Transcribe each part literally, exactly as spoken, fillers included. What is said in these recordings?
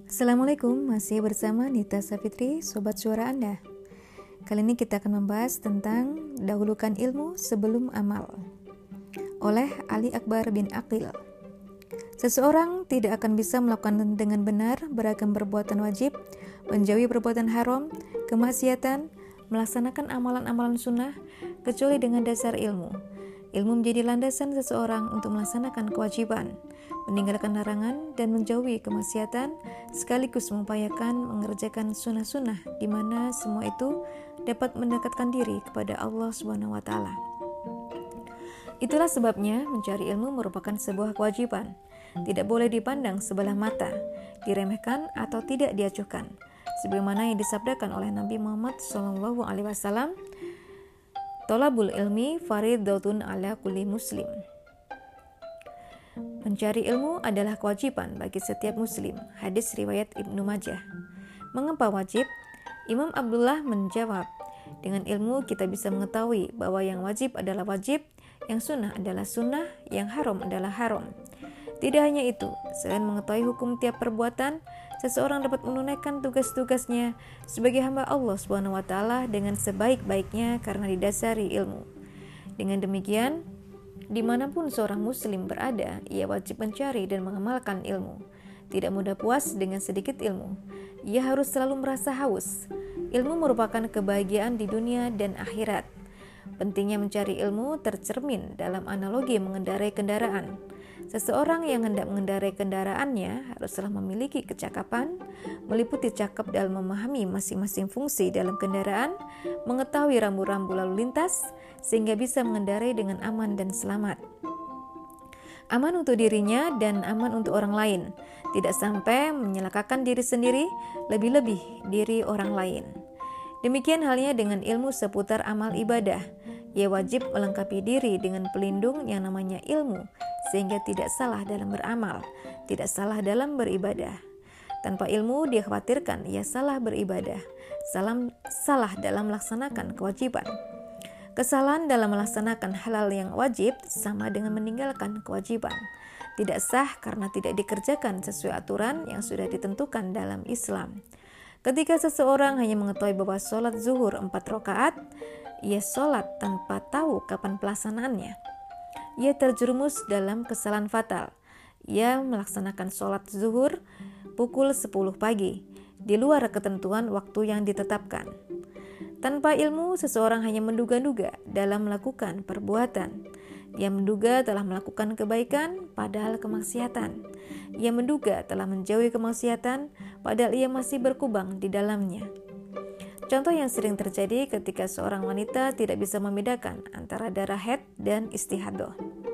Assalamualaikum, masih bersama Nita Safitri, Sobat Suara Anda. Kali ini kita akan membahas tentang dahulukan ilmu sebelum amal oleh Ali Akbar bin Aqil. Seseorang tidak akan bisa melakukan dengan benar beragam perbuatan wajib, menjauhi perbuatan haram, kemaksiatan, melaksanakan amalan-amalan sunnah, kecuali dengan dasar ilmu. Ilmu menjadi landasan seseorang untuk melaksanakan kewajiban, meninggalkan larangan, dan menjauhi kemaksiatan, sekaligus mengupayakan mengerjakan sunnah-sunnah, di mana semua itu dapat mendekatkan diri kepada Allah subhanahu wa taala. Itulah sebabnya mencari ilmu merupakan sebuah kewajiban, tidak boleh dipandang sebelah mata, diremehkan atau tidak diacuhkan, sebagaimana yang disabdakan oleh Nabi Muhammad shallallahu alaihi wasallam, "Thalabul ilmi fardhatun ala kulli muslim." Mencari ilmu adalah kewajiban bagi setiap muslim. Hadis riwayat Ibnu Majah. Mengapa wajib? Imam Abdullah menjawab, dengan ilmu kita bisa mengetahui bahwa yang wajib adalah wajib, yang sunnah adalah sunnah, yang haram adalah haram. Tidak hanya itu, selain mengetahui hukum tiap perbuatan, seseorang dapat menunaikan tugas-tugasnya sebagai hamba Allah subhanahu wa taala dengan sebaik-baiknya karena didasari ilmu. Dengan demikian, dimanapun seorang muslim berada, ia wajib mencari dan mengamalkan ilmu. Tidak mudah puas dengan sedikit ilmu. Ia harus selalu merasa haus. Ilmu merupakan kebahagiaan di dunia dan akhirat. Pentingnya mencari ilmu tercermin dalam analogi mengendarai kendaraan. Seseorang yang hendak mengendarai kendaraannya haruslah memiliki kecakapan, meliputi cakap dalam memahami masing-masing fungsi dalam kendaraan, mengetahui rambu-rambu lalu lintas, sehingga bisa mengendarai dengan aman dan selamat. Aman untuk dirinya dan aman untuk orang lain, tidak sampai menyelakakan diri sendiri, lebih-lebih diri orang lain. Demikian halnya dengan ilmu seputar amal ibadah. Ia wajib melengkapi diri dengan pelindung yang namanya ilmu, sehingga tidak salah dalam beramal, tidak salah dalam beribadah. Tanpa ilmu dia khawatirkan ia salah beribadah, salam, salah dalam melaksanakan kewajiban. Kesalahan dalam melaksanakan halal yang wajib sama dengan meninggalkan kewajiban. Tidak sah karena tidak dikerjakan sesuai aturan yang sudah ditentukan dalam Islam. Ketika seseorang hanya mengetahui bahwa sholat zuhur empat rakaat, ia sholat tanpa tahu kapan pelaksanaannya. Ia terjerumus dalam kesalahan fatal. Ia melaksanakan sholat zuhur pukul sepuluh pagi, di luar ketentuan waktu yang ditetapkan. Tanpa ilmu, seseorang hanya menduga-duga dalam melakukan perbuatan. Ia menduga telah melakukan kebaikan, padahal kemaksiatan. Ia menduga telah menjauhi kemaksiatan, padahal ia masih berkubang di dalamnya. Contoh yang sering terjadi ketika seorang wanita tidak bisa membedakan antara darah haid dan istihadah.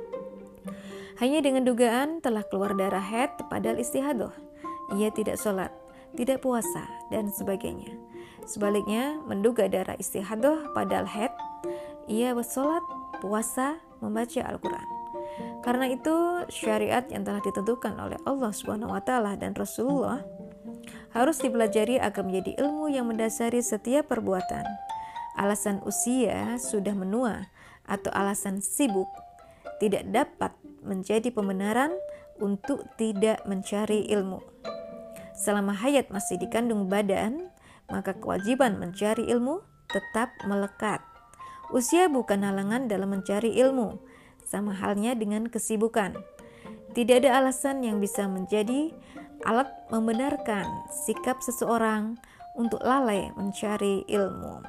Hanya dengan dugaan telah keluar darah haid padahal istihadah. Ia tidak sholat, tidak puasa, dan sebagainya. Sebaliknya, menduga darah istihadah padahal haid, ia bersolat, puasa, membaca Al-Quran. Karena itu, syariat yang telah ditentukan oleh Allah subhanahu wa taala dan Rasulullah harus dipelajari agar menjadi ilmu yang mendasari setiap perbuatan. Alasan usia sudah menua atau alasan sibuk tidak dapat menjadi pembenaran untuk tidak mencari ilmu. Selama hayat masih dikandung badan, maka kewajiban mencari ilmu tetap melekat. Usia bukan halangan dalam mencari ilmu, sama halnya dengan kesibukan. Tidak ada alasan yang bisa menjadi alat membenarkan sikap seseorang untuk lalai mencari ilmu.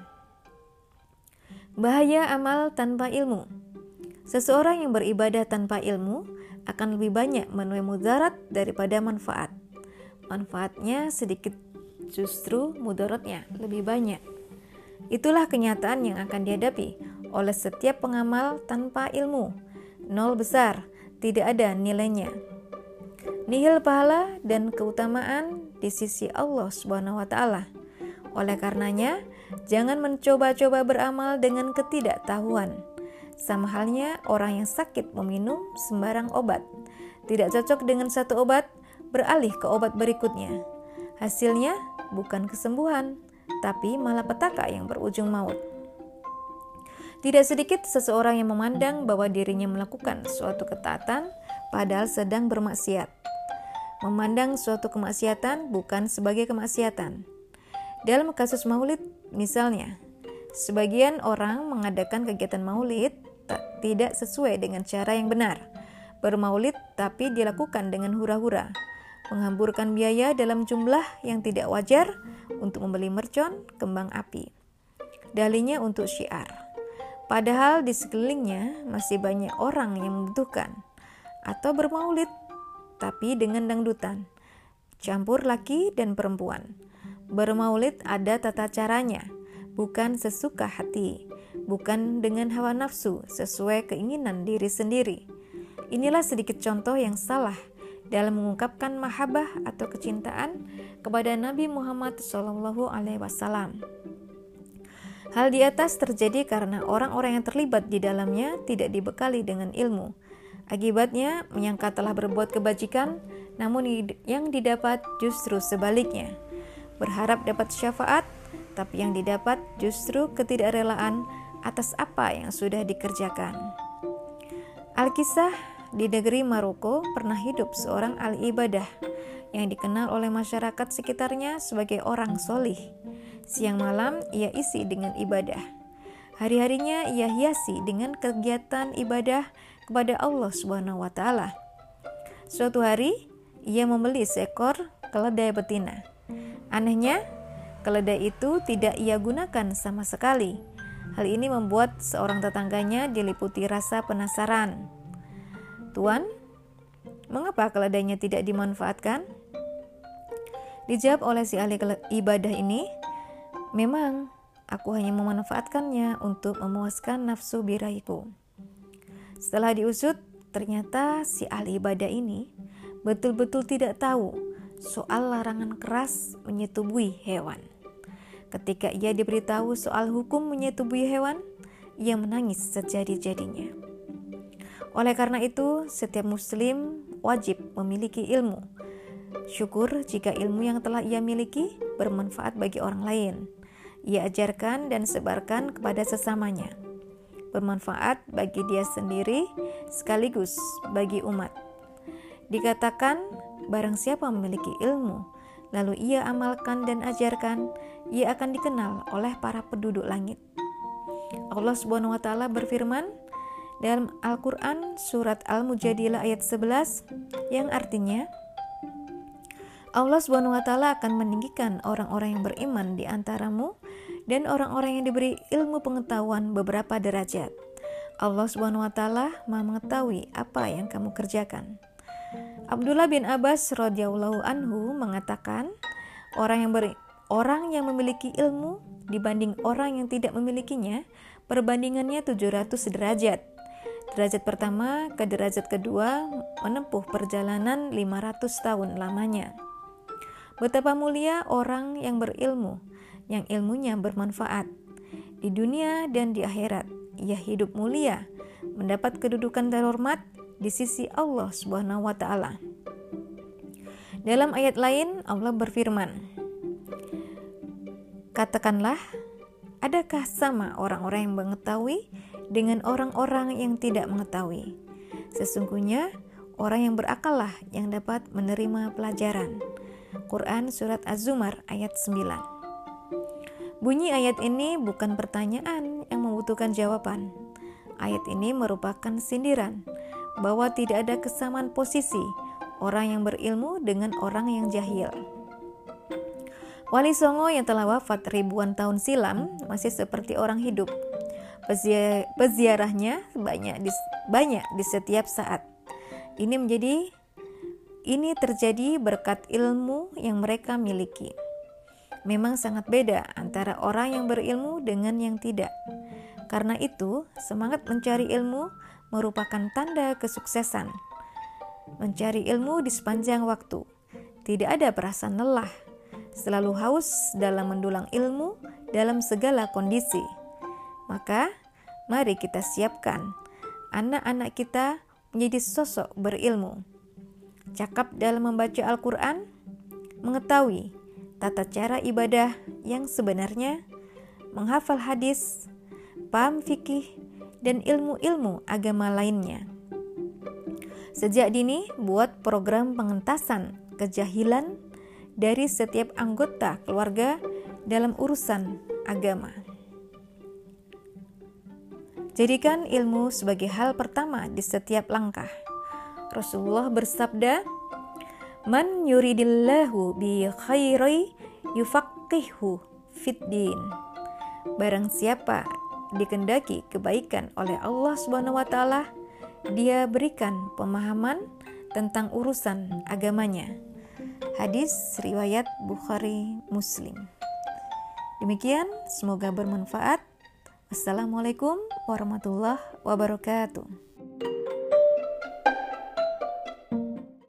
Bahaya amal tanpa ilmu. Seseorang yang beribadah tanpa ilmu akan lebih banyak menuai mudarat daripada manfaat. Manfaatnya sedikit, justru mudaratnya lebih banyak. Itulah kenyataan yang akan dihadapi oleh setiap pengamal tanpa ilmu. Nol besar, tidak ada nilainya. Nihil pahala dan keutamaan di sisi Allah subhanahu wa taala. Oleh karenanya, jangan mencoba-coba beramal dengan ketidaktahuan. Sama halnya orang yang sakit meminum sembarang obat. Tidak cocok dengan satu obat, beralih ke obat berikutnya. Hasilnya bukan kesembuhan, tapi malapetaka yang berujung maut. Tidak sedikit seseorang yang memandang bahwa dirinya melakukan suatu ketaatan padahal sedang bermaksiat. memandang suatu kemaksiatan bukan sebagai kemaksiatan. Dalam kasus maulid misalnya, sebagian orang mengadakan kegiatan maulid tak, tidak sesuai dengan cara yang benar. Bermaulid tapi dilakukan dengan hura-hura, menghamburkan biaya dalam jumlah yang tidak wajar untuk membeli mercon, kembang api. Dalihnya untuk syiar. Padahal di sekelilingnya masih banyak orang yang membutuhkan. Atau bermaulid tapi dengan dangdutan, campur laki dan perempuan. Bermaulid ada tata caranya, bukan sesuka hati, bukan dengan hawa nafsu sesuai keinginan diri sendiri. Inilah sedikit contoh yang salah dalam mengungkapkan mahabbah atau kecintaan kepada Nabi Muhammad shallallahu alaihi wasallam. Hal di atas terjadi karena orang-orang yang terlibat di dalamnya tidak dibekali dengan ilmu. Akibatnya menyangka telah berbuat kebajikan, namun yang didapat justru sebaliknya. Berharap dapat syafaat, tapi yang didapat justru ketidakrelaan atas apa yang sudah dikerjakan. Alkisah, di negeri Maroko pernah hidup seorang ahli ibadah yang dikenal oleh masyarakat sekitarnya sebagai orang solih. Siang malam ia isi dengan ibadah. Hari-harinya ia hiasi dengan kegiatan ibadah kepada Allah Subhanahu wa taala. Suatu hari ia membeli seekor keledai betina. Anehnya, keledai itu tidak ia gunakan sama sekali. Hal ini membuat seorang tetangganya diliputi rasa penasaran. "Tuan, mengapa keledainya tidak dimanfaatkan?" Dijawab oleh si ahli ibadah ini, "Memang aku hanya memanfaatkannya untuk memuaskan nafsu birahiku." Setelah diusut, ternyata si ahli ibadah ini betul-betul tidak tahu soal larangan keras menyetubuhi hewan. Ketika ia diberitahu soal hukum menyetubuhi hewan, ia menangis sejadi-jadinya. Oleh karena itu, setiap muslim wajib memiliki ilmu. Syukur jika ilmu yang telah ia miliki bermanfaat bagi orang lain. Ia ajarkan dan sebarkan kepada sesamanya. Bermanfaat bagi dia sendiri sekaligus bagi umat. Dikatakan, barang siapa memiliki ilmu, lalu ia amalkan dan ajarkan, ia akan dikenal oleh para penduduk langit. Allah Subhanahu wa taala berfirman dalam Al-Quran surat Al-Mujadilah ayat sebelas yang artinya, Allah Subhanahu wa taala akan meninggikan orang-orang yang beriman di antaramu dan orang-orang yang diberi ilmu pengetahuan beberapa derajat. Allah Subhanahu wa taala Maha mengetahui apa yang kamu kerjakan. Abdullah bin Abbas radhiyallahu anhu mengatakan, orang yang beri, orang yang memiliki ilmu dibanding orang yang tidak memilikinya, perbandingannya tujuh ratus derajat. Derajat pertama ke derajat kedua menempuh perjalanan lima ratus tahun lamanya. Betapa mulia orang yang berilmu, yang ilmunya bermanfaat. Di dunia dan di akhirat, ia hidup mulia, mendapat kedudukan terhormat di sisi Allah Subhanahu wa taala. Dalam ayat lain Allah berfirman, "Katakanlah, adakah sama orang-orang yang mengetahui dengan orang-orang yang tidak mengetahui? Sesungguhnya orang yang berakallah yang dapat menerima pelajaran." Quran surat Az-Zumar ayat sembilan. Bunyi ayat ini bukan pertanyaan yang membutuhkan jawaban. Ayat ini merupakan sindiran bahwa tidak ada kesamaan posisi orang yang berilmu dengan orang yang jahil. Wali Songo yang telah wafat ribuan tahun silam masih seperti orang hidup. Pezi- peziarahnya banyak di, banyak di setiap saat. Ini menjadi ini terjadi berkat ilmu yang mereka miliki. Memang sangat beda antara orang yang berilmu dengan yang tidak. Karena itu, semangat mencari ilmu merupakan tanda kesuksesan. Mencari ilmu di sepanjang waktu. Tidak ada perasaan lelah. Selalu haus dalam mendulang ilmu dalam segala kondisi. Maka, mari kita siapkan anak-anak kita menjadi sosok berilmu. Cakap dalam membaca Al-Quran, mengetahui tata cara ibadah yang sebenarnya, menghafal hadis, paham fikih, dan ilmu-ilmu agama lainnya. Sejak dini, buat program pengentasan kejahilan dari setiap anggota keluarga dalam urusan agama. Jadikan ilmu sebagai hal pertama di setiap langkah. Rasulullah bersabda, "Man yuridillahu bi khairi yufaqihu fid din." Barang siapa dikehendaki kebaikan oleh Allah Subhanahu wa taala, Dia berikan pemahaman tentang urusan agamanya. Hadis riwayat Bukhari Muslim. Demikian, semoga bermanfaat. Wassalamualaikum warahmatullahi wabarakatuh.